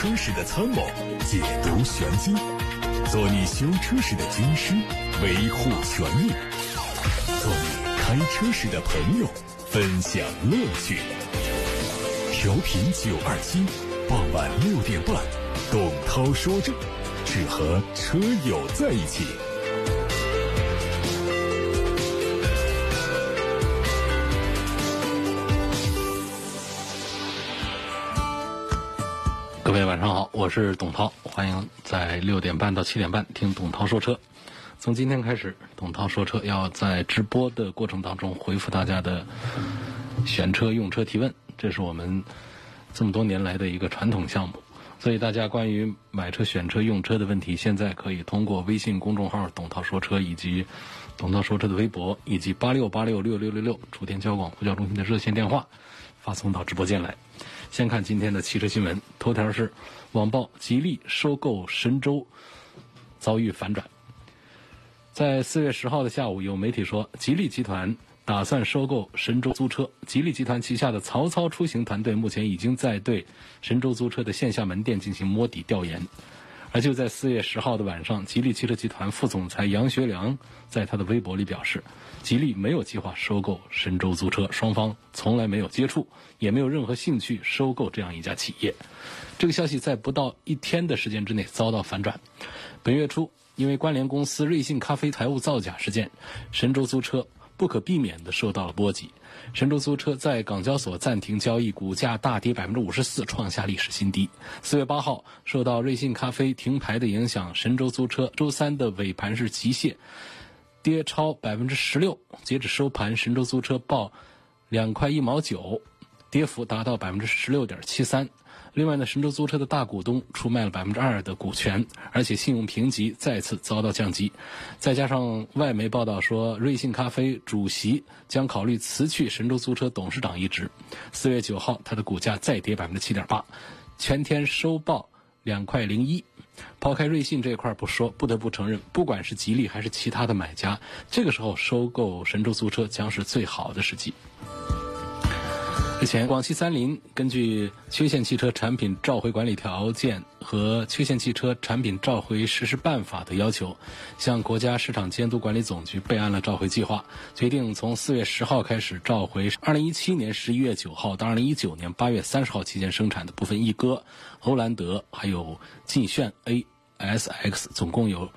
车时的参谋，解读玄机，做你修车时的军师，维护权益，做你开车时的朋友，分享乐趣。调频927，傍晚6点半，董涛说车，只和车友在一起。 各位晚上好，我是董涛，欢迎在6点半到7点半听董涛说车。从今天开始，董涛说车要在直播的过程当中回复大家的选车用车提问，这是我们这么多年来的一个传统项目。所以大家关于买车、选车、用车的问题，现在可以通过微信公众号董涛说车，以及董涛说车的微博，以及86866666楚天交广呼叫中心的热线电话发送到直播间来。先看今天的汽车新闻，头条是网曝吉利收购神州遭遇反转。在4月10号的下午，有媒体说吉利集团打算收购神州租车。吉利集团旗下的曹操出行团队目前已经在对神州租车的线下门店进行摸底调研。而就在4月10号的晚上，吉利汽车集团副总裁杨学良在他的微博里表示，吉利没有计划收购神州租车，双方从来没有接触，也没有任何兴趣收购这样一家企业。这个消息在不到1天的时间之内遭到反转。本月初，因为关联公司瑞幸咖啡财务造假事件，神州租车不可避免地受到了波及。神州租车在港交所暂停交易，股价大跌 54%， 创下历史新低。4月8号，受到瑞幸咖啡停牌的影响，神州租车周三的尾盘是急泻，跌超 16%， 截止收盘，神州租车报2块1毛9，跌幅达到 16.73%。另外呢，神州租车的大股东出卖了 2% 的股权，而且信用评级再次遭到降级。再加上外媒报道说，瑞幸咖啡主席将考虑辞去神州租车董事长一职。4月9号，它的股价再跌 7.8%， 全天收报2块01。抛开瑞幸这一块不说，不得不承认，不管是吉利还是其他的买家，这个时候收购神州租车将是最好的时机。之前，广汽三菱根据缺陷汽车产品召回管理条件和缺陷汽车产品召回实施办法的要求，向国家市场监督管理总局备案了召回计划，决定从4月10号开始召回2017年11月9号到2019年8月30号期间生产的部分一哥、欧蓝德还有劲炫 ASX， 总共有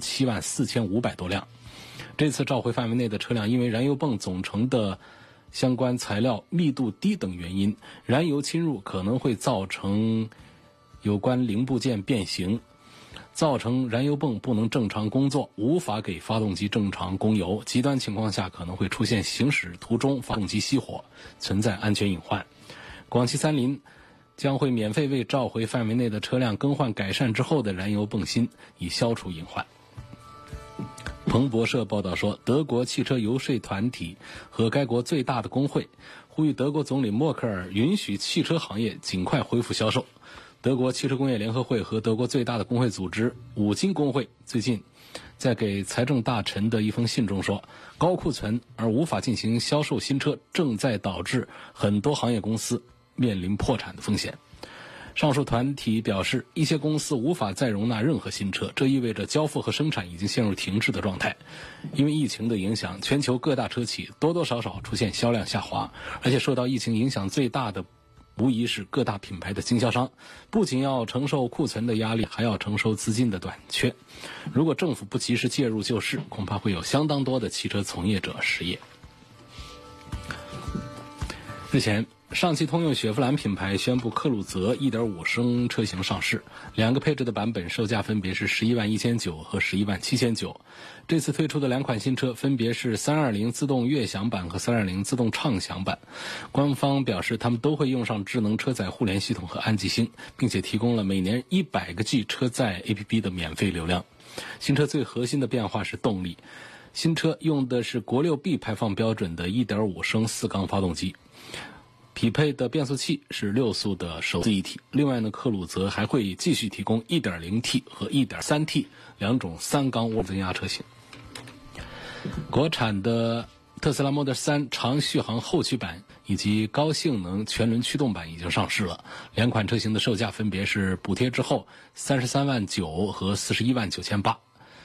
174500多辆。这次召回范围内的车辆因为燃油泵总成的相关材料密度低等原因，燃油侵入可能会造成有关零部件变形，造成燃油泵不能正常工作，无法给发动机正常供油，极端情况下可能会出现行驶途中发动机熄火，存在安全隐患。广汽三菱将会免费为召回范围内的车辆更换改善之后的燃油泵芯，以消除隐患。彭博社报道说，德国汽车游说团体和该国最大的工会呼吁德国总理默克尔允许汽车行业尽快恢复销售。德国汽车工业联合会和德国最大的工会组织五金工会最近在给财政大臣的一封信中说，高库存而无法进行销售新车正在导致很多行业公司面临破产的风险。上述团体表示，一些公司无法再容纳任何新车，这意味着交付和生产已经陷入停滞的状态。因为疫情的影响，全球各大车企多多少少出现销量下滑，而且受到疫情影响最大的无疑是各大品牌的经销商，不仅要承受库存的压力，还要承受资金的短缺。如果政府不及时介入救市，恐怕会有相当多的汽车从业者失业。日前，上汽通用雪佛兰品牌宣布克鲁泽 1.5 升车型上市，两个配置的版本售价分别是111900和117900。这次推出的两款新车分别是320自动悦享版和320自动畅享版。官方表示，他们都会用上智能车载互联系统和安吉星，并且提供了每年100个 G 车载 APP 的免费流量。新车最核心的变化是动力，新车用的是国6 B 排放标准的 1.5 升4缸发动机，匹配的变速器是6速的手自一体。另外呢，克鲁泽还会继续提供 1.0T 和 1.3T 两种3缸涡增压车型。国产的特斯拉 Model 3长续航后驱版以及高性能全轮驱动版已经上市了。两款车型的售价分别是补贴之后33万9和41万9800。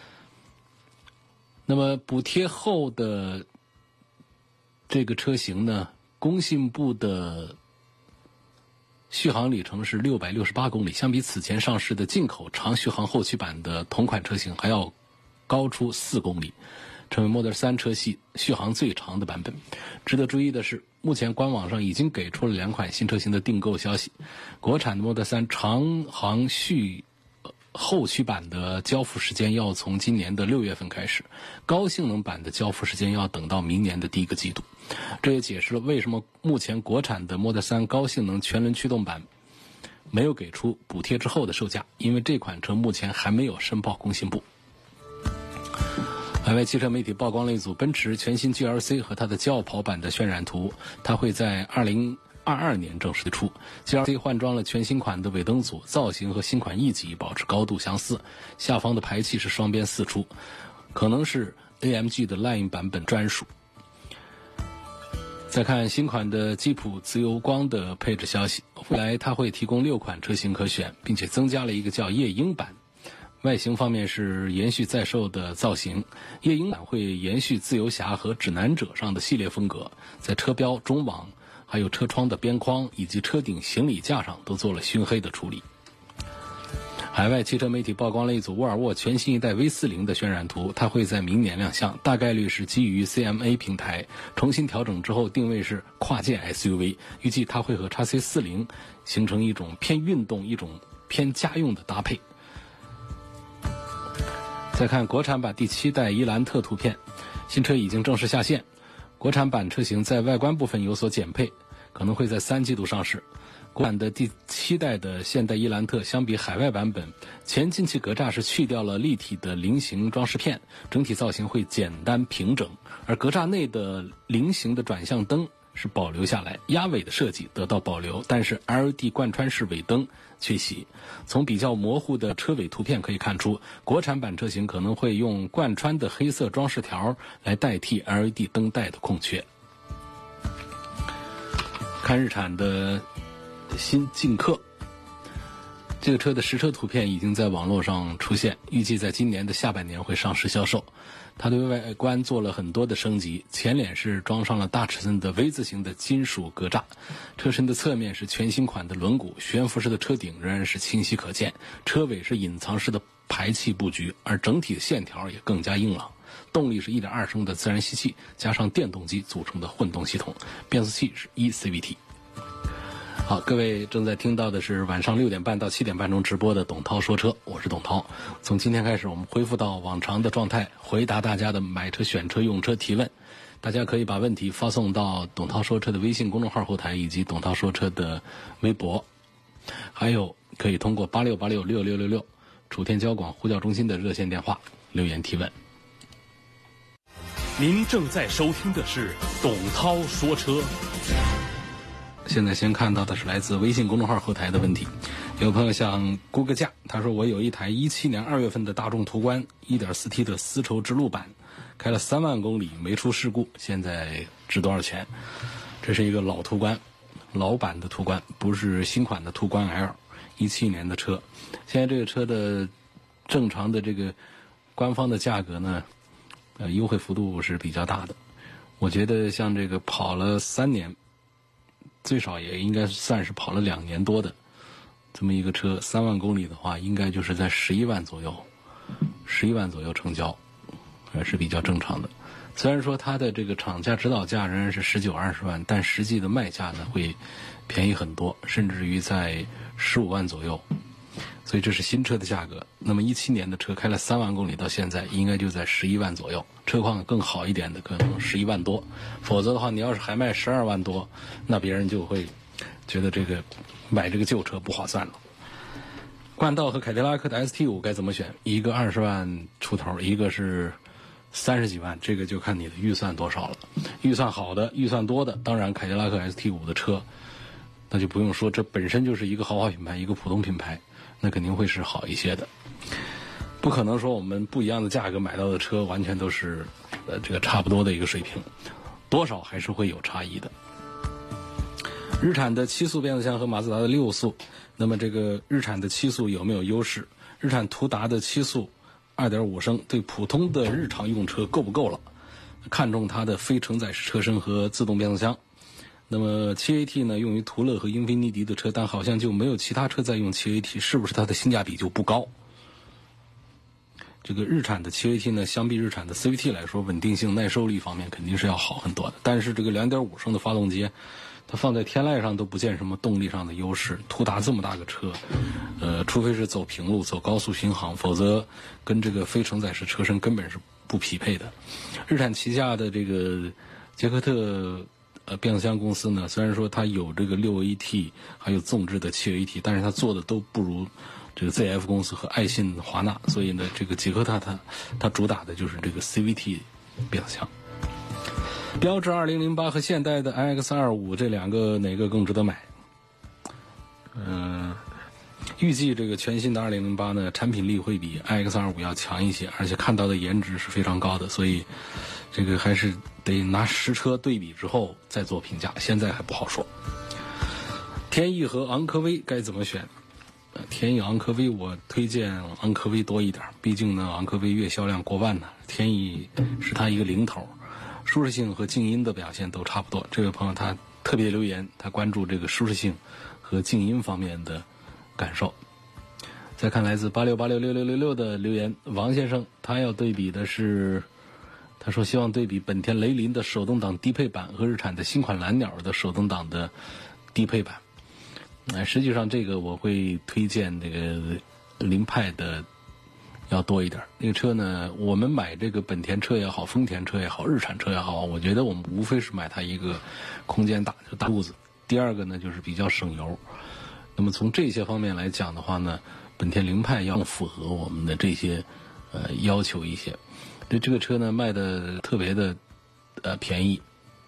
那么补贴后的这个车型呢，工信部的续航里程是668公里，相比此前上市的进口长续航后驱版的同款车型还要高出4公里，成为 Model 3车系续航最长的版本。值得注意的是，目前官网上已经给出了2款新车型的订购消息。国产的 Model 3长航后驱版的交付时间要从今年的6月份开始，高性能版的交付时间要等到明年的第1个季度。这也解释了为什么目前国产的 Model 3高性能全轮驱动版没有给出补贴之后的售价，因为这款车目前还没有申报工信部。海外汽车媒体曝光了一组奔驰全新 GLC 和它的轿跑版的渲染图，它会在2022年正式推出。GLC 换装了全新款的尾灯组，造型和新款 E 级保持高度相似，下方的排气是双边4出，可能是 AMG 的 Line 版本专属。再看新款的吉普自由光的配置消息，未来它会提供6款车型可选，并且增加了一个叫夜鹰版。外形方面是延续在售的造型，夜鹰版会延续自由侠和指南者上的系列风格，在车标、中网还有车窗的边框以及车顶行李架上都做了熏黑的处理。海外汽车媒体曝光了一组沃尔沃全新一代 V40 的渲染图，它会在明年亮相，大概率是基于 CMA 平台重新调整之后定位是跨界 SUV， 预计它会和 XC40 形成一种偏运动一种偏家用的搭配。再看国产版第7代伊兰特图片，新车已经正式下线，国产版车型在外观部分有所减配，可能会在3季度上市。国产的第7代的现代伊兰特相比海外版本，前进气格栅是去掉了立体的菱形装饰片，整体造型会简单平整，而格栅内的菱形的转向灯是保留下来，压尾的设计得到保留，但是 LED 贯穿式尾灯缺席。从比较模糊的车尾图片可以看出，国产版车型可能会用贯穿的黑色装饰条来代替 LED 灯带的空缺。看日产的新劲客，这个车的实车图片已经在网络上出现，预计在今年的下半年会上市销售。它对外观做了很多的升级，前脸是装上了大尺寸的 V 字形的金属格栅，车身的侧面是全新款的轮毂，悬浮式的车顶仍然是清晰可见，车尾是隐藏式的排气布局，而整体的线条也更加硬朗。动力是 1.2 升的自然吸气加上电动机组成的混动系统，变速器是 eCVT。好，各位正在听到的是晚上6点半到7点半钟直播的董涛说车，我是董涛。从今天开始，我们恢复到往常的状态，回答大家的买车、选车、用车提问。大家可以把问题发送到董涛说车的微信公众号后台以及董涛说车的微博，还有可以通过86866666楚天交广呼叫中心的热线电话留言提问。 您正在收听的是董涛说车。 现在先看到的是来自微信公众号后台的问题，有朋友想估个价，他说我有一台17年2月份的大众途观 1.4T 的丝绸之路版，开了3万公里没出事故，现在值多少钱？这是一个老途观，老版的途观，不是新款的途观 L， 17年的车。现在这个车的正常的这个官方的价格呢，优惠幅度是比较大的。我觉得像这个跑了3年，最少也应该算是跑了2年多的这么一个车，3万公里的话，应该就是在11万左右，11万左右成交，还是比较正常的。虽然说它的这个厂家指导价仍然是19、20万，但实际的卖价呢会便宜很多，甚至于在15万左右。所以这是新车的价格。那么17年的车开了3万公里到现在，应该就在11万左右。车况更好一点的可能11万多，否则的话，你要是还卖12万多，那别人就会觉得这个买这个旧车不划算了。冠道和凯迪拉克的 ST5 该怎么选？一个20万出头，一个是30几万，这个就看你的预算多少了。预算好的、预算多的，当然凯迪拉克 ST5 的车，那就不用说，这本身就是一个豪华品牌，一个普通品牌，那肯定会是好一些的。不可能说我们不一样的价格买到的车完全都是这个差不多的一个水平，多少还是会有差异的。 日产的7速变速箱和马自达的6速，那么这个日产的7速有没有优势？日产途达的7速 2.5 升对普通的日常用车够不够了？看重它的非承载式车身和自动变速箱。那么 7AT 呢，用于途乐和英菲尼迪的车，但好像就没有其他车在用 7AT， 是不是它的性价比就不高？这个日产的 7AT 呢，相比日产的 CVT 来说，稳定性、耐受力方面肯定是要好很多的。但是这个 2.5 升的发动机，它放在天籁上都不见什么动力上的优势。途达这么大个车，除非是走平路、走高速巡航，否则跟这个非承载式车身根本是不匹配的。日产旗下的这个捷克特变速箱公司呢，虽然说它有这个 6AT 还有纵置的 7AT， 但是它做的都不如这个 ZF 公司和爱信华纳，所以呢，这个捷克特它主打的就是这个 CVT 变速箱。标致2008和现代的 iX25 这两个哪个更值得买？预计这个全新的2008呢，产品力会比 iX25 要强一些，而且看到的颜值是非常高的，所以这个还是得拿实车对比之后再做评价，现在还不好说。天翼和昂科威该怎么选？天翼、昂科威，我推荐昂科威多一点，毕竟呢，昂科威月销量过万呢，天翼是它一个零头，舒适性和静音的表现都差不多。这位朋友他特别留言，他关注这个舒适性和静音方面的感受。再看来自86866666的留言，王先生他要对比的是，他说希望对比本田雷凌的手动挡低配版和日产的新款蓝鸟的手动挡的低配版。实际上这个我会推荐这个凌派的要多一点。那个车呢，我们买这个本田车也好，丰田车也好，日产车也好，我觉得我们无非是买它一个空间大，就大肚子。第二个呢，就是比较省油。那么从这些方面来讲的话呢，本田凌派要更符合我们的这些要求一些。对这个车呢，卖的特别的便宜，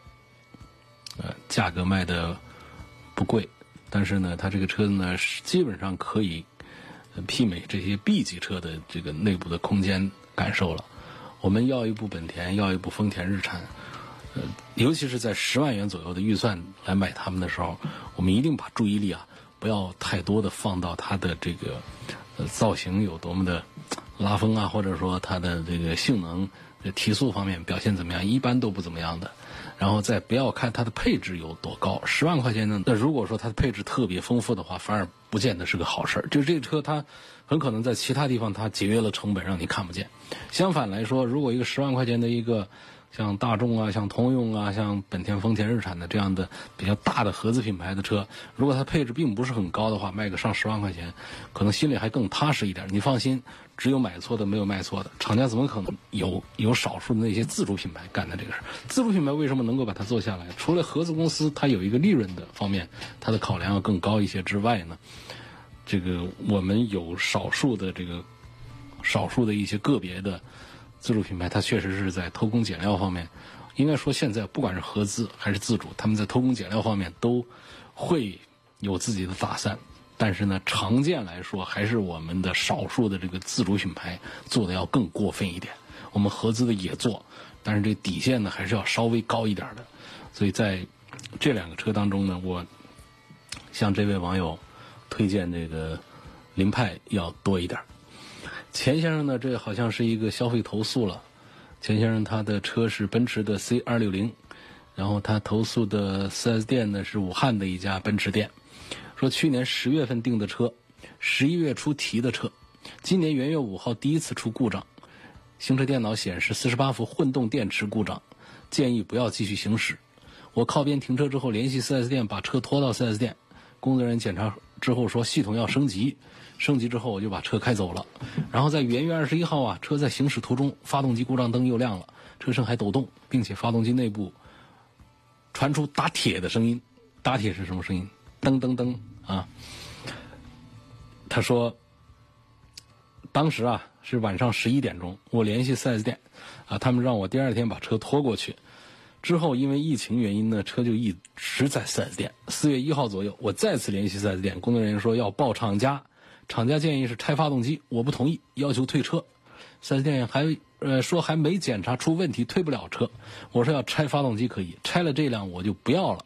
价格卖的不贵。但是呢，它这个车子呢，基本上可以媲美这些 B 级车的这个内部的空间感受了。我们要一部本田，要一部丰田、日产，尤其是在10万元左右的预算来买它们的时候，我们一定把注意力不要太多的放到它的这个造型有多么的拉风啊，或者说它的这个性能、提速方面表现怎么样，一般都不怎么样的。然后再不要看它的配置有多高，10万块钱呢，那如果说它的配置特别丰富的话，反而不见得是个好事儿。就是这个车它很可能在其他地方它节约了成本，让你看不见。相反来说，如果一个10万块钱的一个像大众啊、像通用啊、像本田、丰田、日产的这样的比较大的合资品牌的车，如果它配置并不是很高的话，卖个上10万块钱，可能心里还更踏实一点。你放心，只有买错的没有卖错的，厂家怎么可能有少数的那些自主品牌干的这个事？自主品牌为什么能够把它做下来？除了合资公司它有一个利润的方面，它的考量要更高一些之外呢，这个我们有少数的一些个别的自主品牌，它确实是在偷工减料方面，应该说现在不管是合资还是自主，他们在偷工减料方面都会有自己的打算。但是呢，常见来说，还是我们的少数的这个自主品牌做的要更过分一点。我们合资的也做，但是这底线呢还是要稍微高一点的。所以在这两个车当中呢，我向这位网友推荐这个凌派要多一点。钱先生呢，这好像是一个消费投诉了。钱先生他的车是奔驰的 C260， 然后他投诉的 4S 店呢是武汉的一家奔驰店，说去年10月份订的车，11月初提的车，今年元月5号第一次出故障，行车电脑显示48伏混动电池故障，建议不要继续行驶。我靠边停车之后联系 4S 店，把车拖到 4S 店，工作人员检查之后说系统要升级之后我就把车开走了。然后在元月21号车在行驶途中发动机故障灯又亮了，车身还抖动，并且发动机内部传出打铁的声音。打铁是什么声音？噔噔噔啊！他说当时是晚上11点钟，我联系 4S 店他们让我第二天把车拖过去。之后因为疫情原因呢，车就一直在 4S 店。4月1号左右，我再次联系 4S 店，工作人员说要报厂家，厂家建议是拆发动机，我不同意，要求退车。4S 店还说还没检查出问题，退不了车。我说要拆发动机可以，拆了这辆我就不要了。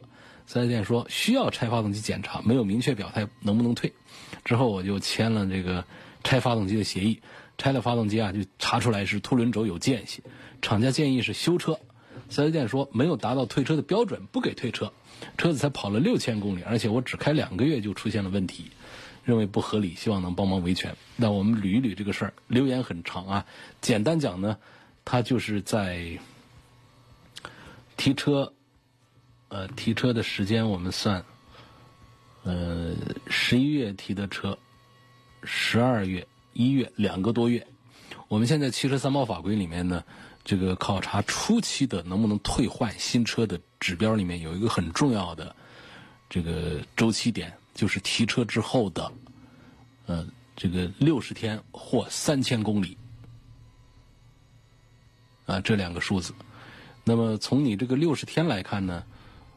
4S店说需要拆发动机检查，没有明确表态能不能退。之后我就签了这个拆发动机的协议，拆了发动机啊，就查出来是凸轮轴有间隙，厂家建议是修车，4S店说没有达到退车的标准，不给退车，车子才跑了6000公里，而且我只开2个月就出现了问题，认为不合理，希望能帮忙维权。那我们捋一捋这个事儿，留言很长啊，简单讲呢，他就是在提车的时间我们算11月提的车，12月1月2个多月。我们现在汽车三包法规里面呢，这个考察初期的能不能退换新车的指标里面有一个很重要的这个周期点，就是提车之后的这个60天或3000公里啊，这2个数字。那么从你这个60天来看呢，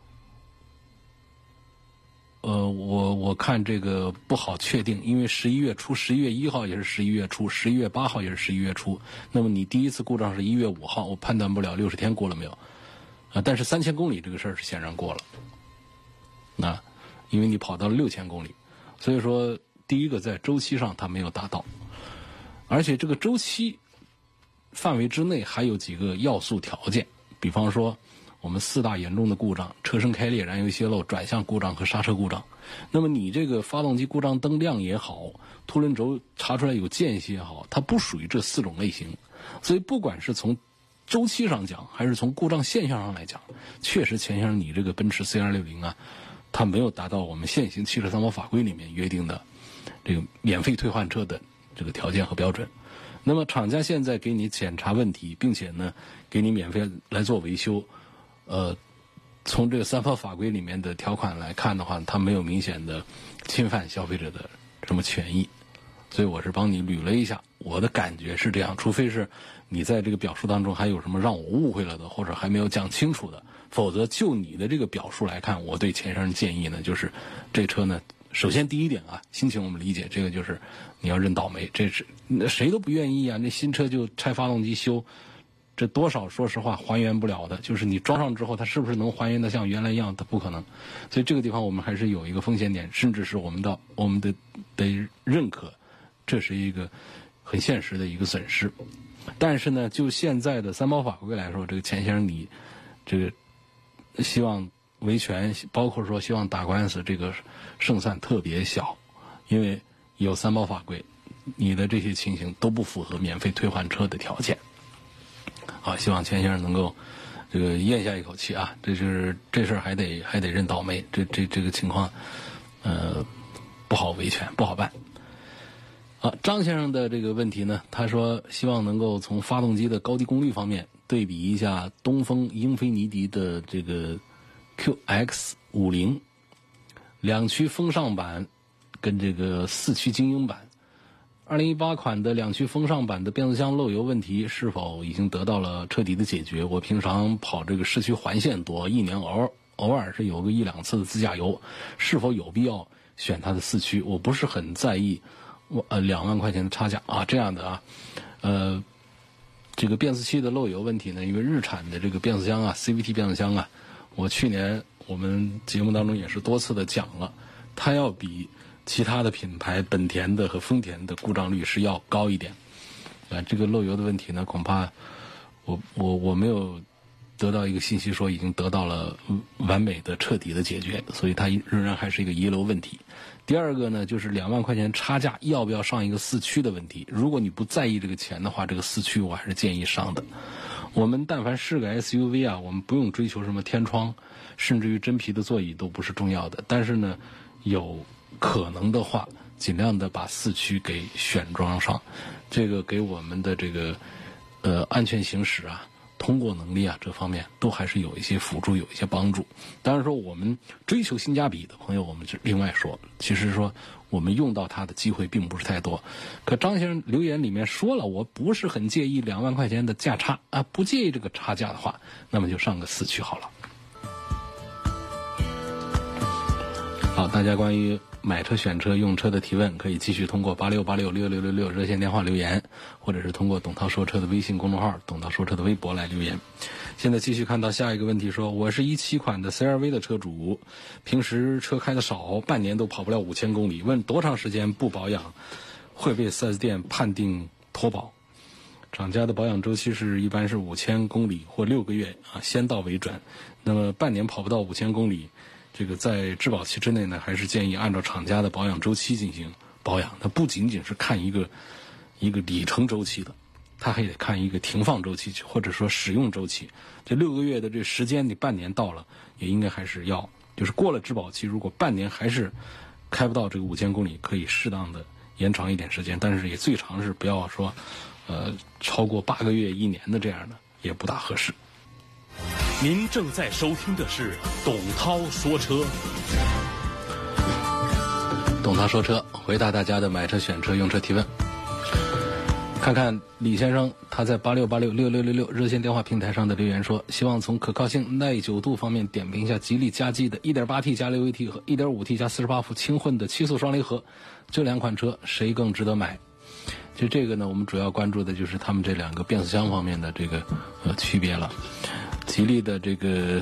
我看这个不好确定，因为11月初11月1号也是11月初，11月8号也是11月初。那么你第一次故障是1月5号，我判断不了60天过了没有但是3000公里这个事儿是显然过了因为你跑到了6000公里，所以说第一个在周期上它没有达到，而且这个周期范围之内还有几个要素条件，比方说我们4大严重的故障：车身开裂、燃油泄漏、转向故障和刹车故障。那么你这个发动机故障灯亮也好，凸轮轴查出来有间隙也好，它不属于这4种类型。所以不管是从周期上讲，还是从故障现象上来讲，确实钱先生你这个奔驰 C260啊，它没有达到我们现行汽车三包法规里面约定的这个免费退换车的这个条件和标准。那么厂家现在给你检查问题，并且呢给你免费来做维修，从这个三包法规里面的条款来看的话，它没有明显的侵犯消费者的什么权益，所以我是帮你捋了一下，我的感觉是这样，除非是你在这个表述当中还有什么让我误会了的，或者还没有讲清楚的，否则就你的这个表述来看，我对钱先生建议呢，就是这车呢，首先第一点啊，心情我们理解，这个就是你要认倒霉，这是谁都不愿意啊，那新车就拆发动机修，这多少说实话还原不了的，就是你装上之后它是不是能还原的像原来一样，它不可能。所以这个地方我们还是有一个风险点，甚至是我们得认可这是一个很现实的一个损失。但是呢，就现在的三包法规来说，这个钱先生你这个希望维权，包括说希望打官司，这个胜算特别小，因为有三包法规，你的这些情形都不符合免费退换车的条件。好，希望钱先生能够这个咽下一口气啊！这事儿还得认倒霉，这个情况不好维权，不好办。张先生的这个问题呢，他说希望能够从发动机的高低功率方面对比一下东风英菲尼迪的这个 QX50 2驱风尚版跟这个4驱精英版。2018款的2驱风尚版的变速箱漏油问题是否已经得到了彻底的解决？我平常跑这个市区环线多，一年偶尔是有个1-2次的自驾游，是否有必要选它的4驱？我不是很在意2万块钱的差价啊，这样的啊，这个变速器的漏油问题呢，因为日产的这个变速箱啊 ，CVT 变速箱啊，我去年我们节目当中也是多次的讲了，它要比其他的品牌本田的和丰田的故障率是要高一点，这个漏油的问题呢，恐怕我没有得到一个信息说已经得到了完美的彻底的解决，所以它仍然还是一个遗留问题。第二个呢，就是2万块钱差价要不要上一个4驱的问题。如果你不在意这个钱的话，这个4驱我还是建议上的。我们但凡是个 SUV 啊，我们不用追求什么天窗，甚至于真皮的座椅都不是重要的。但是呢，有可能的话，尽量的把4驱给选装上，这个给我们的这个安全行驶啊、通过能力啊这方面都还是有一些辅助，有一些帮助。当然说我们追求性价比的朋友，我们就另外说，其实说我们用到它的机会并不是太多。可张先生留言里面说了，我不是很介意2万块钱的价差啊，不介意这个差价的话，那么就上个4驱好了。好，大家关于买车、选车、用车的提问，可以继续通过86866666热线电话留言，或者是通过董涛说车的微信公众号、董涛说车的微博来留言。现在继续看到下一个问题，说我是17款的 CR-V 的车主，平时车开的少，半年都跑不了5000公里，问多长时间不保养会被 4S 店判定脱保？厂家的保养周期一般是5000公里或6个月啊，先到为准。那么半年跑不到5000公里，这个在质保期之内呢，还是建议按照厂家的保养周期进行保养。它不仅仅是看一个里程周期的，它还得看一个停放周期或者说使用周期。这6个月的这时间，你半年到了，也应该还是要，就是过了质保期，如果半年还是开不到这个5000公里，可以适当的延长一点时间，但是也最长是不要说超过8个月、1年的这样的，也不大合适。 您正在收听的是董涛说车。 董涛说车，回答大家的买车、选车、用车提问。看看李先生他在86866666热线电话平台上的留言说，希望从可靠性、耐久度方面点评一下吉利嘉际的 1.8T 加 6AT 和 1.5T 加48伏轻混的7速双离合，这2款车谁更值得买？就这个呢，我们主要关注的就是他们这2个变速箱方面的这个区别了。吉利的这个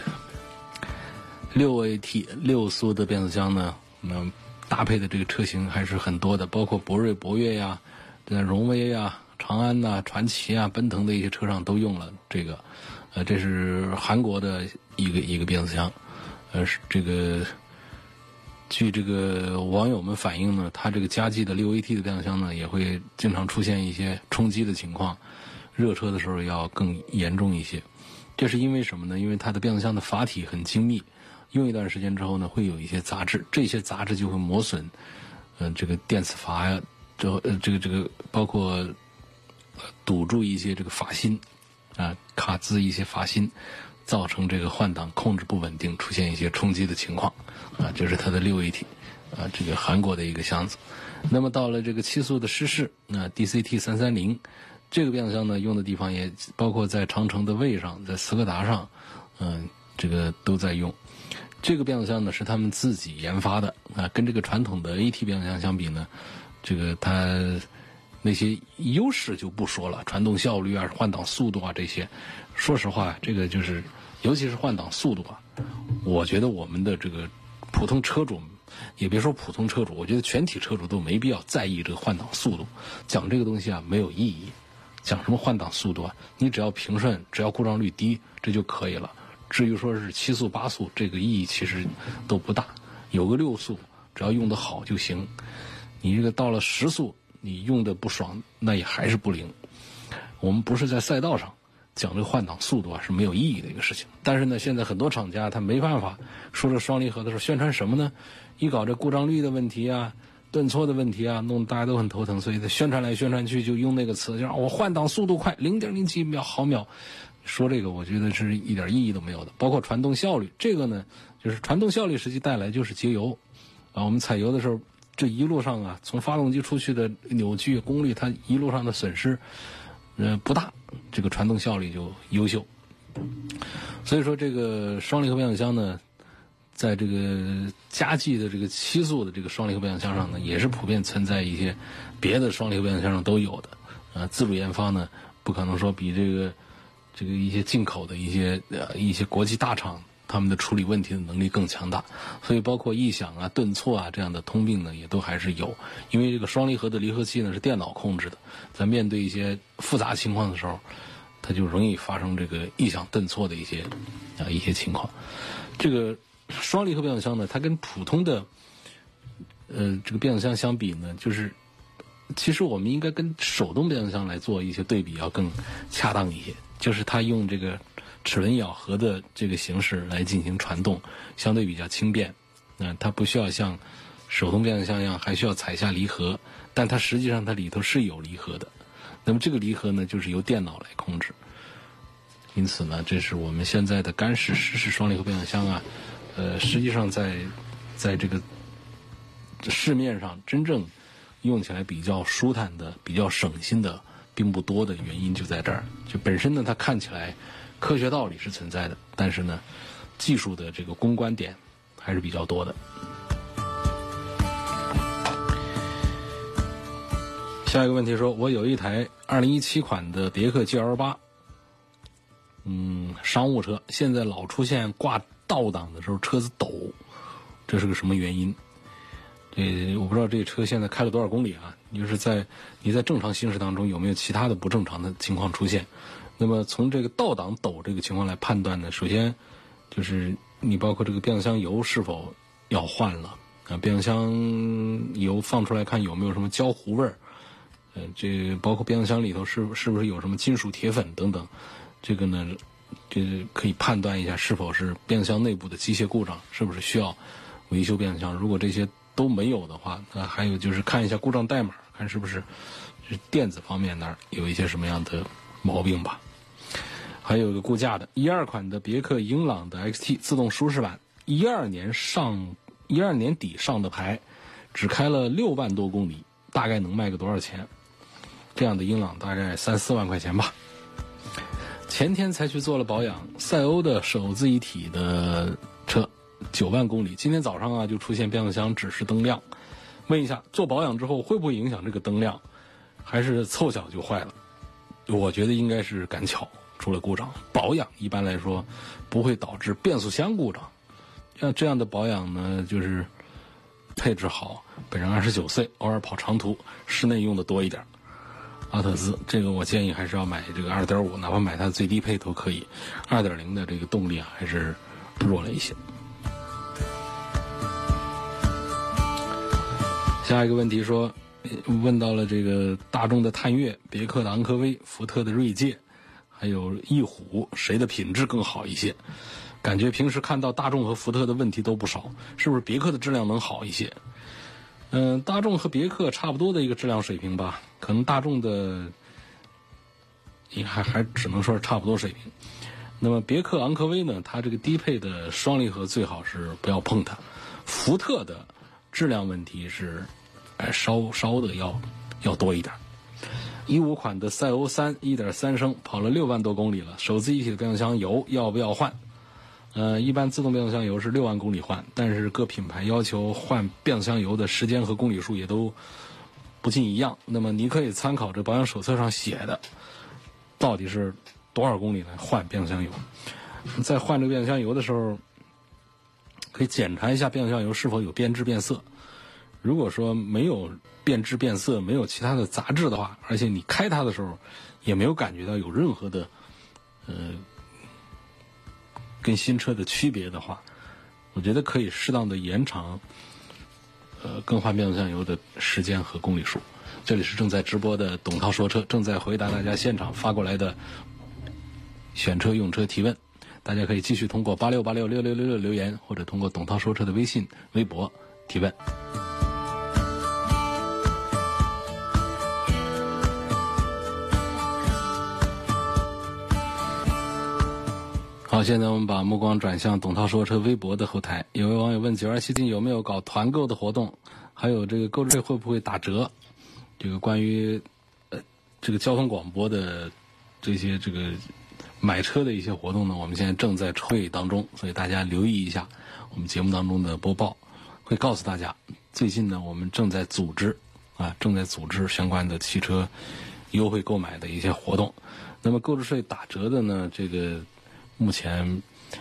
6AT 6速的变速箱呢，搭配的这个车型还是很多的，包括博瑞、博越呀、荣威啊、长安呐、传祺啊、奔腾的一些车上都用了这个。这是韩国的一个变速箱。这个据这个网友们反映呢，它这个嘉际的 6AT 的变速箱呢，也会经常出现一些冲击的情况，热车的时候要更严重一些。这是因为什么呢？因为它的变速箱的阀体很精密，用一段时间之后呢，会有一些杂质，这些杂质就会磨损这个电磁阀呀，这个包括堵住一些这个阀芯啊，卡兹一些阀芯，造成这个换挡控制不稳定，出现一些冲击的情况啊。这是它的 6AT 啊，这个韩国的一个箱子。那么到了这个7速的湿式DCT 330，这个变速箱呢，用的地方也包括在长城的卫上，在斯柯达上，这个都在用。这个变速箱呢是他们自己研发的啊，跟这个传统的 AT 变速箱相比呢，这个它那些优势就不说了，传动效率啊、换挡速度啊这些，说实话，这个就是尤其是换挡速度啊，我觉得我们的这个普通车主，也别说普通车主，我觉得全体车主都没必要在意这个换挡速度，讲这个东西啊没有意义。讲什么换挡速度啊？你只要平顺，只要故障率低，这就可以了。至于说是7速、8速，这个意义其实都不大。有个6速，只要用得好就行。你这个到了10速，你用的不爽，那也还是不灵。我们不是在赛道上讲这个换挡速度啊，是没有意义的一个事情。但是呢，现在很多厂家他没办法说这双离合的时候宣传什么呢？一搞这故障率的问题啊。顿挫的问题啊，弄得大家都很头疼，所以他宣传来宣传去就用那个词，就是我换挡速度快0.0几毫秒，说这个我觉得是一点意义都没有的。包括传动效率，这个呢，就是传动效率实际带来就是节油啊。我们采油的时候，这一路上啊，从发动机出去的扭矩、功率，它一路上的损失，不大，这个传动效率就优秀。所以说，这个双离合变速箱呢。在这个嘉际的这个7速的这个双离合变速箱上呢，也是普遍存在一些别的双离合变速箱上都有的，自主研发呢不可能说比这个一些进口的一些国际大厂他们的处理问题的能力更强大，所以包括异响啊、顿挫啊这样的通病呢也都还是有，因为这个双离合的离合器呢是电脑控制的，在面对一些复杂情况的时候，它就容易发生这个异响、顿挫的一些情况。这个双离合变速箱呢，它跟普通的这个变速箱相比呢，就是其实我们应该跟手动变速箱来做一些对比，要更恰当一些。就是它用这个齿轮咬合的这个形式来进行传动，相对比较轻便。它不需要像手动变速箱一样还需要踩下离合，但它实际上它里头是有离合的。那么这个离合呢，就是由电脑来控制。因此呢，这是我们现在的干式、湿式双离合变速箱啊。实际上在这个市面上真正用起来比较舒坦的、比较省心的并不多的原因就在这儿。就本身呢，它看起来科学道理是存在的，但是呢，技术的这个攻关点还是比较多的。 下一个问题说，我有一台2017款的别克 GL8，商务车，现在老出现挂倒档的时候车子抖，这是个什么原因？我不知道这车现在开了多少公里啊？你在正常行驶当中有没有其他的不正常的情况出现？那么从这个倒档抖这个情况来判断呢，首先就是你包括这个变速箱油是否要换了啊？变速箱油放出来看有没有什么焦糊味儿？这包括变速箱里头是不是有什么金属铁粉等等？这个呢，这可以判断一下是否是变速箱内部的机械故障，是不是需要维修变速箱。如果这些都没有的话，那还有就是看一下故障代码，看是不是电子方面那儿有一些什么样的毛病吧。还有一个估价的12款的别克英朗的 XT 自动舒适版，12年底上的牌，只开了6万多公里，大概能卖个多少钱？这样的英朗大概3-4万块钱吧。前天才去做了保养，赛欧的手自一体的车9万公里，今天早上就出现变速箱指示灯亮，问一下做保养之后会不会影响这个灯亮，还是凑巧就坏了？我觉得应该是赶巧出了故障。保养一般来说不会导致变速箱故障，像这样的保养呢，就是配置好，本人29岁，偶尔跑长途，室内用的多一点。阿特兹这个我建议还是要买这个 2.5， 哪怕买它最低配都可以。2.0 的这个动力还是弱了一些。下一个问题说，问到了这个大众的探岳、别克的昂科威、福特的锐界，还有翼虎，谁的品质更好一些？感觉平时看到大众和福特的问题都不少，是不是别克的质量能好一些？大众和别克差不多的一个质量水平吧，可能大众的还只能说是差不多水平。那么别克昂科威呢，它这个低配的双离合最好是不要碰它。福特的质量问题是稍的要多一点。15款的赛欧3 1.3 升跑了6万多公里了，手自一体的变速箱油要不要换？一般自动变速箱油是6万公里换，但是各品牌要求换变速箱油的时间和公里数也都不尽一样。那么你可以参考这保养手册上写的，到底是多少公里来换变速箱油。在换这个变速箱油的时候，可以检查一下变速箱油是否有变质变色。如果说没有变质变色，没有其他的杂质的话，而且你开它的时候也没有感觉到有任何的跟新车的区别的话，我觉得可以适当的延长更换变速箱油的时间和公里数。这里是正在直播的董涛说车，正在回答大家现场发过来的选车用车提问，大家可以继续通过86866666留言，或者通过董涛说车的微信微博提问。好，现在我们把目光转向董涛说车微博的后台。有位网友问927近有没有搞团购的活动，还有这个购置税会不会打折？这个关于这个交通广播的这些这个买车的一些活动呢，我们现在正在筹备当中，所以大家留意一下我们节目当中的播报，会告诉大家最近呢我们正在组织相关的汽车优惠购买的一些活动。那么购置税打折的呢，这个目前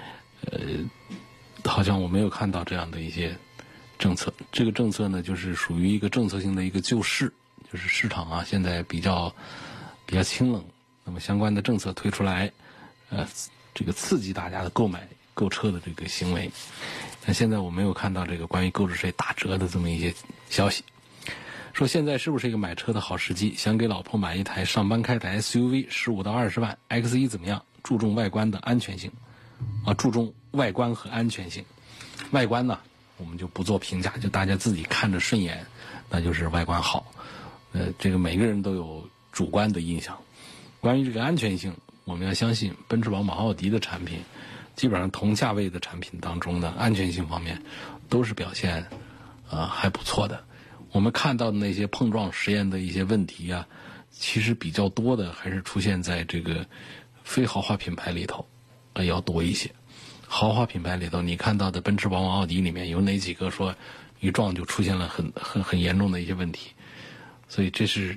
好像我没有看到这样的一些政策。这个政策呢就是属于一个政策性的一个救市，就是市场现在比较清冷，那么相关的政策推出来这个刺激大家的购车的这个行为。那现在我没有看到这个关于购置税打折的这么一些消息。说现在是不是一个买车的好时机？想给老婆买一台上班开的 SUV 15到20万 X1 怎么样？注重外观的安全性注重外观和安全性。外观呢我们就不做评价，就大家自己看着顺眼，那就是外观好。这个每个人都有主观的印象。关于这个安全性，我们要相信奔驰宝马奥迪的产品，基本上同价位的产品当中的安全性方面都是表现还不错的。我们看到的那些碰撞实验的一些问题其实比较多的还是出现在这个非豪华品牌里头要多一些。豪华品牌里头你看到的奔驰宝马奥迪里面有哪几个说一撞就出现了很严重的一些问题？所以这是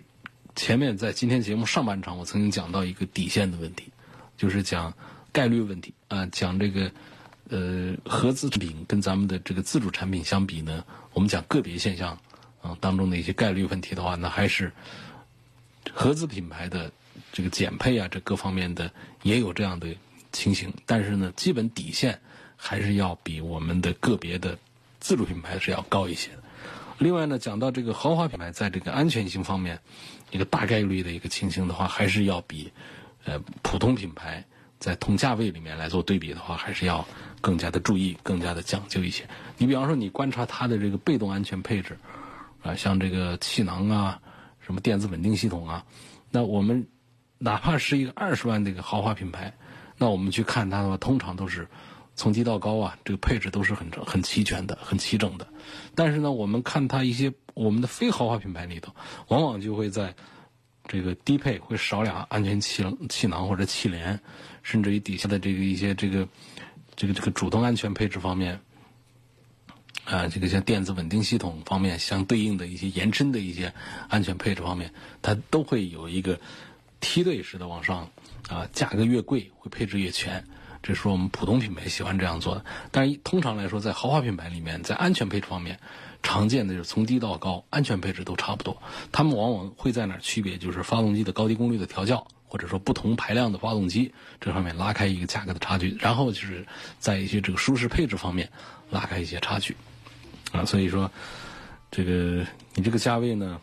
前面在今天节目上半场，我曾经讲到一个底线的问题，就是讲概率问题啊，讲这个合资产品跟咱们的这个自主产品相比呢，我们讲个别现象当中的一些概率问题的话呢，还是合资品牌的这个减配啊，这各方面的也有这样的情形，但是呢，基本底线还是要比我们的个别的自主品牌是要高一些的。另外呢，讲到这个豪华品牌在这个安全性方面，一个大概率的一个情形的话，还是要比普通品牌在同价位里面来做对比的话，还是要更加的注意，更加的讲究一些。你比方说，你观察它的这个被动安全配置啊，像这个气囊啊，什么电子稳定系统啊，那我们哪怕是一个20万的一个豪华品牌，那我们去看它的话，通常都是从低到高啊，这个配置都是很齐全的、很齐整的。但是呢，我们看它一些我们的非豪华品牌里头，往往就会在这个低配会少俩安全气囊或者气帘，甚至于底下的这个一些这个主动安全配置方面啊，这个像电子稳定系统方面相对应的一些延伸的一些安全配置方面，它都会有一个梯队式的往上啊，价格越贵会配置越全。这是我们普通品牌喜欢这样做的，但是通常来说，在豪华品牌里面，在安全配置方面，常见的就是从低到高，安全配置都差不多。他们往往会在哪儿区别，就是发动机的高低功率的调教，或者说不同排量的发动机这方面拉开一个价格的差距，然后就是在一些这个舒适配置方面拉开一些差距啊。所以说，这个你这个价位呢，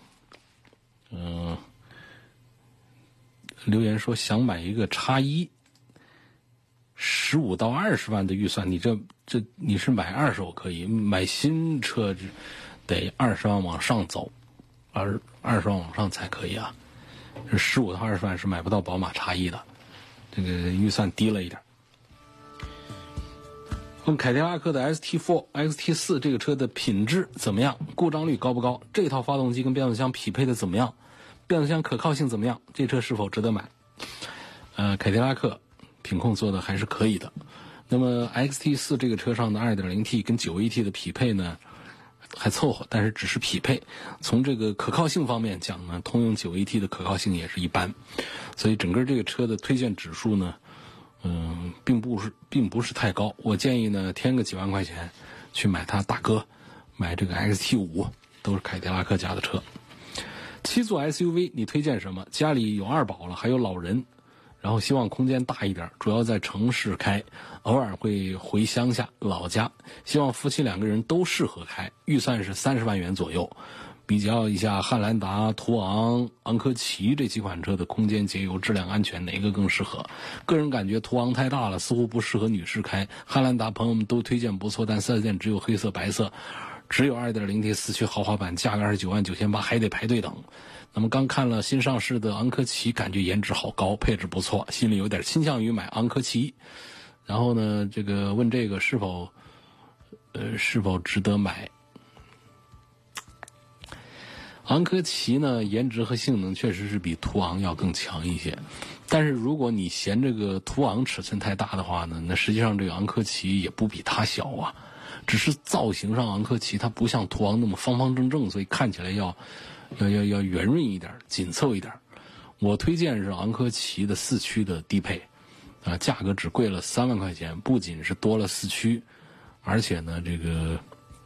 留言说想买一个X1。15到20万的预算，你你是买二手可以，买新车得20万往上走，20万往上才可以啊。这15到20万是买不到宝马X1的，这个预算低了一点。问凯迪拉克的 ST4、XT4 这个车的品质怎么样？故障率高不高？这套发动机跟变速箱匹配的怎么样？变速箱可靠性怎么样？这车是否值得买？凯迪拉克品控做的还是可以的。那么 XT4 这个车上的 2.0T 跟 9AT 的匹配呢还凑合，但是只是匹配。从这个可靠性方面讲呢，通用 9AT 的可靠性也是一般，所以整个这个车的推荐指数呢并不是太高。我建议呢添个几万块钱去买它大哥，买这个 XT5， 都是凯迪拉克家的车。7座 SUV 你推荐什么？家里有2宝了，还有老人，然后希望空间大一点，主要在城市开，偶尔会回乡下老家，希望夫妻2个人都适合开，预算是30万元左右。比较一下汉兰达、途昂、昂科旗这几款车的空间节油、质量安全哪个更适合？个人感觉途昂太大了，似乎不适合女士开。汉兰达朋友们都推荐不错，但4S店只有黑色、白色，只有 2.0T 4驱豪华版，价格29万9800，还得排队等。那么刚看了新上市的昂科旗，感觉颜值好高，配置不错，心里有点倾向于买昂科旗。然后呢，这个问这个是否值得买？昂科旗呢，颜值和性能确实是比途昂要更强一些，但是如果你嫌这个途昂尺寸太大的话呢，那实际上这个昂科旗也不比它小啊，只是造型上昂科旗它不像途昂那么方方正正，所以看起来要圆润一点，紧凑一点。我推荐是昂科旗的4驱的低配啊，价格只贵了3万块钱，不仅是多了4驱，而且呢这个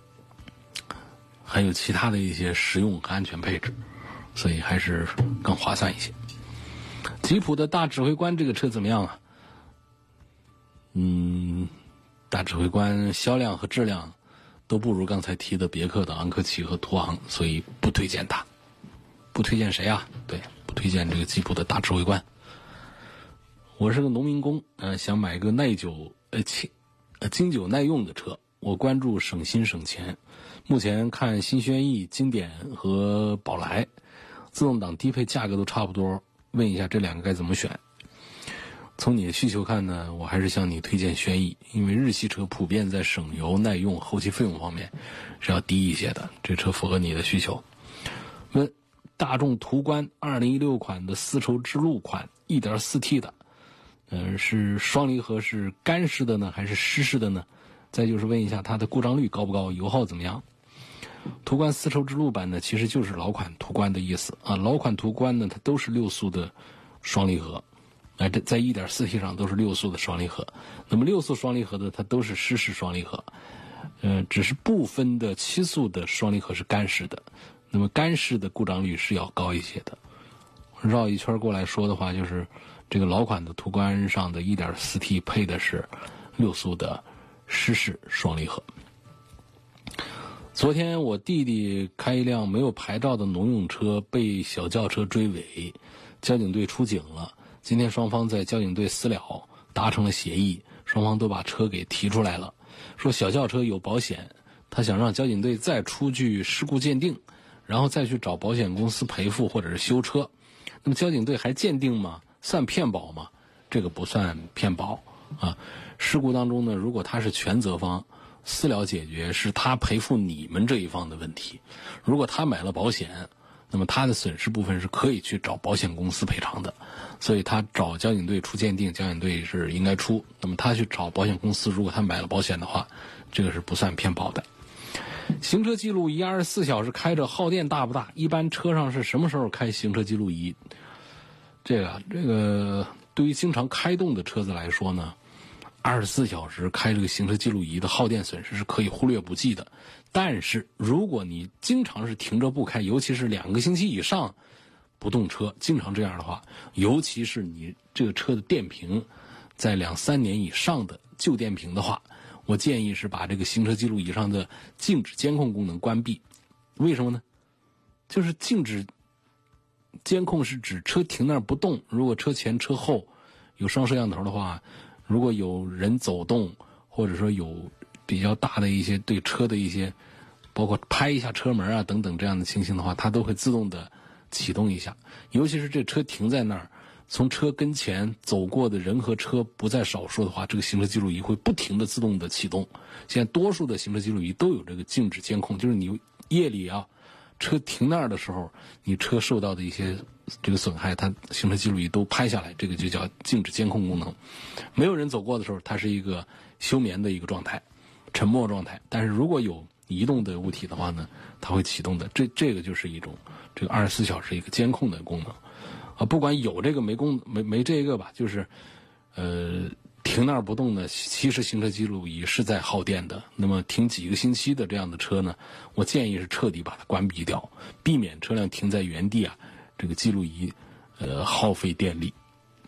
还有其他的一些实用和安全配置，所以还是更划算一些。吉普的大指挥官这个车怎么样啊？大指挥官销量和质量都不如刚才提的别克的昂科旗和途昂，所以不推荐它。不推荐谁啊？对，不推荐这个吉普的大指挥官。我是个农民工，想买个经久耐用的车，我关注省心省钱。目前看新轩逸、经典和宝来，自动挡低配价格都差不多，问一下这2个该怎么选？从你的需求看呢，我还是向你推荐轩逸，因为日系车普遍在省油、耐用、后期费用方面是要低一些的，这车符合你的需求。问大众途观2016款的丝绸之路款 1.4T 的，是双离合是干式的呢，还是湿式的呢？再就是问一下它的故障率高不高，油耗怎么样？ 途观丝绸之路版呢，其实就是老款途观的意思啊。老款途观呢，它都是6速的双离合，在 1.4T 上都是6速的双离合。那么6速双离合的它都是湿式双离合，只是部分的7速的双离合是干式的，那么干式的故障率是要高一些的。绕一圈过来说的话，就是这个老款的途观上的 1.4T 配的是6速的湿式双离合。昨天我弟弟开一辆没有牌照的农用车被小轿车追尾，交警队出警了。今天双方在交警队私了，达成了协议，双方都把车给提出来了，说小轿车有保险，他想让交警队再出具事故鉴定，然后再去找保险公司赔付或者是修车。那么交警队还鉴定吗？算骗保吗？这个不算骗保啊。事故当中呢，如果他是全责方，私了解决是他赔付你们这一方的问题。如果他买了保险，那么他的损失部分是可以去找保险公司赔偿的，所以他找交警队出鉴定，交警队是应该出。那么他去找保险公司，如果他买了保险的话，这个是不算骗保的。行车记录仪24小时开着，耗电大不大？一般车上是什么时候开行车记录仪？这个对于经常开动的车子来说呢，24小时开这个行车记录仪的耗电损失是可以忽略不计的。但是如果你经常是停着不开，尤其是2个星期以上不动车，经常这样的话，尤其是你这个车的电瓶在2-3年以上的旧电瓶的话，我建议是把这个行车记录仪上的静止监控功能关闭。为什么呢？就是静止监控是指车停那儿不动，如果车前车后有双摄像头的话，如果有人走动，或者说有比较大的一些对车的一些包括拍一下车门啊等等这样的情形的话，它都会自动的启动一下。尤其是这车停在那儿，从车跟前走过的人和车不在少数的话，这个行车记录仪会不停的自动的启动。现在多数的行车记录仪都有这个静止监控，就是你夜里啊车停那儿的时候，你车受到的一些这个损害，它行车记录仪都拍下来，这个就叫静止监控功能。没有人走过的时候，它是一个休眠的一个状态，沉默状态。但是如果有移动的物体的话呢，它会启动的。这个就是一种这个24小时一个监控的功能啊。不管有这个没这个吧，就是停那儿不动呢，其实行车记录仪是在耗电的。那么停几个星期的这样的车呢，我建议是彻底把它关闭掉，避免车辆停在原地啊，这个记录仪耗费电力。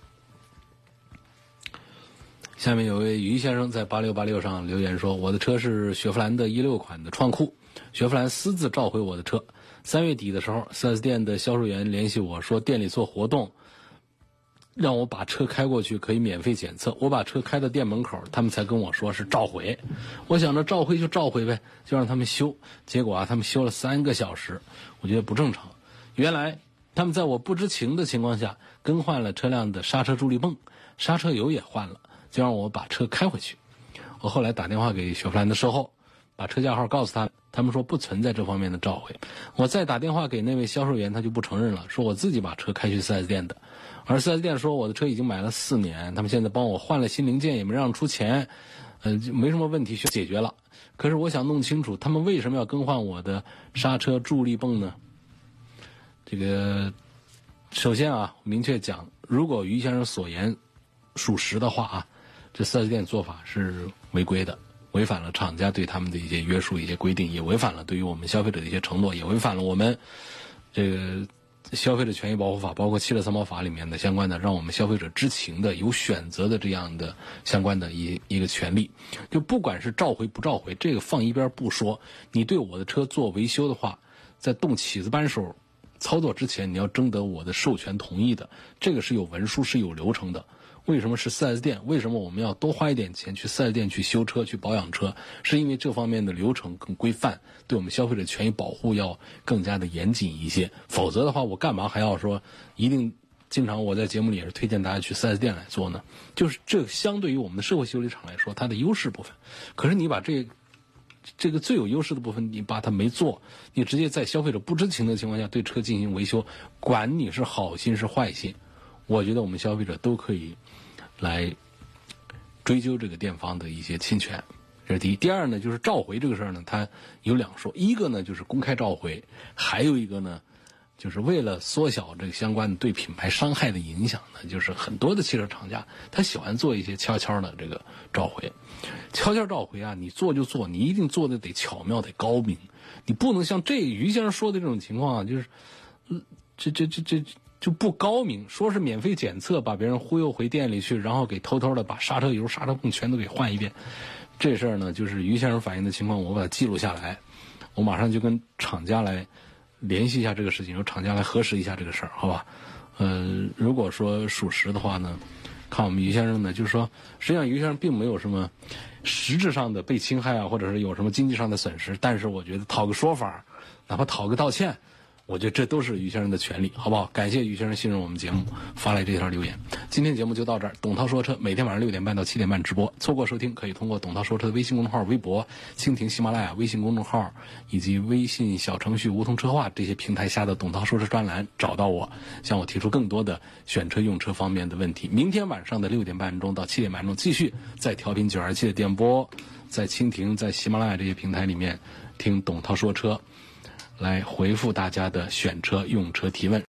下面有位于先生在8686上留言说，我的车是雪佛兰的16款的创酷，雪佛兰私自召回我的车。3月底的时候 4S 店的销售员联系我说店里做活动，让我把车开过去可以免费检测。我把车开到店门口，他们才跟我说是召回。我想着召回就召回呗，就让他们修。结果他们修了3个小时，我觉得不正常。原来他们在我不知情的情况下更换了车辆的刹车助力泵，刹车油也换了，就让我把车开回去。我后来打电话给雪佛兰的售后，把车架号告诉他们说不存在这方面的召回。我再打电话给那位销售员，他就不承认了，说我自己把车开去 4S 店的。而 4S 店说我的车已经买了4年，他们现在帮我换了新零件，也没让出钱，没什么问题，解决了。可是我想弄清楚他们为什么要更换我的刹车助力泵呢？这个首先啊，明确讲，如果于先生所言属实的话啊，这 4S 店做法是违规的，违反了厂家对他们的一些约束、一些规定，也违反了对于我们消费者的一些承诺，也违反了我们这个消费者权益保护法，包括汽车三包法里面的相关的让我们消费者知情的、有选择的这样的相关的一个权利。就不管是召回不召回，这个放一边不说，你对我的车做维修的话，在动起子扳手操作之前，你要征得我的授权同意的，这个是有文书，是有流程的。为什么是 4S 店？为什么我们要多花一点钱去 4S 店去修车、去保养车？是因为这方面的流程更规范，对我们消费者权益保护要更加的严谨一些。否则的话，我干嘛还要说一定经常我在节目里也是推荐大家去 4S 店来做呢？就是这相对于我们的社会修理厂来说，它的优势部分。可是你把这个最有优势的部分你把它没做，你直接在消费者不知情的情况下对车进行维修，管你是好心是坏心，我觉得我们消费者都可以来追究这个店方的一些侵权。 这是第一。第二呢，就是召回这个事儿呢，它有两说，一个呢就是公开召回，还有一个呢，就是为了缩小这个相关的对品牌伤害的影响呢，就是很多的汽车厂家他喜欢做一些悄悄的这个召回。悄悄召回啊，你做就做，你一定做的得巧妙得高明，你不能像于先生说的这种情况啊，就是这就不高明，说是免费检测，把别人忽悠回店里去，然后给偷偷的把刹车油、刹车泵全都给换一遍。这事儿呢，就是于先生反映的情况，我把它记录下来，我马上就跟厂家来联系一下这个事情，由厂家来核实一下这个事儿，好吧？如果说属实的话呢，看我们于先生呢，就是说，实际上于先生并没有什么实质上的被侵害啊，或者是有什么经济上的损失，但是我觉得讨个说法，哪怕讨个道歉，我觉得这都是于先生的权利，好不好？感谢于先生信任我们节目发来这条留言。今天节目就到这儿，董涛说车每天晚上6点半到7点半直播，错过收听可以通过董涛说车的微信公众号、微博、蜻蜓、喜马拉雅微信公众号以及微信小程序梧桐车话这些平台下的董涛说车专栏找到我，向我提出更多的选车用车方面的问题。明天晚上的6点半钟到7点半钟继续在调频927的电波，在蜻蜓、在喜马拉雅这些平台里面听董涛说车，来回复大家的选车用车提问。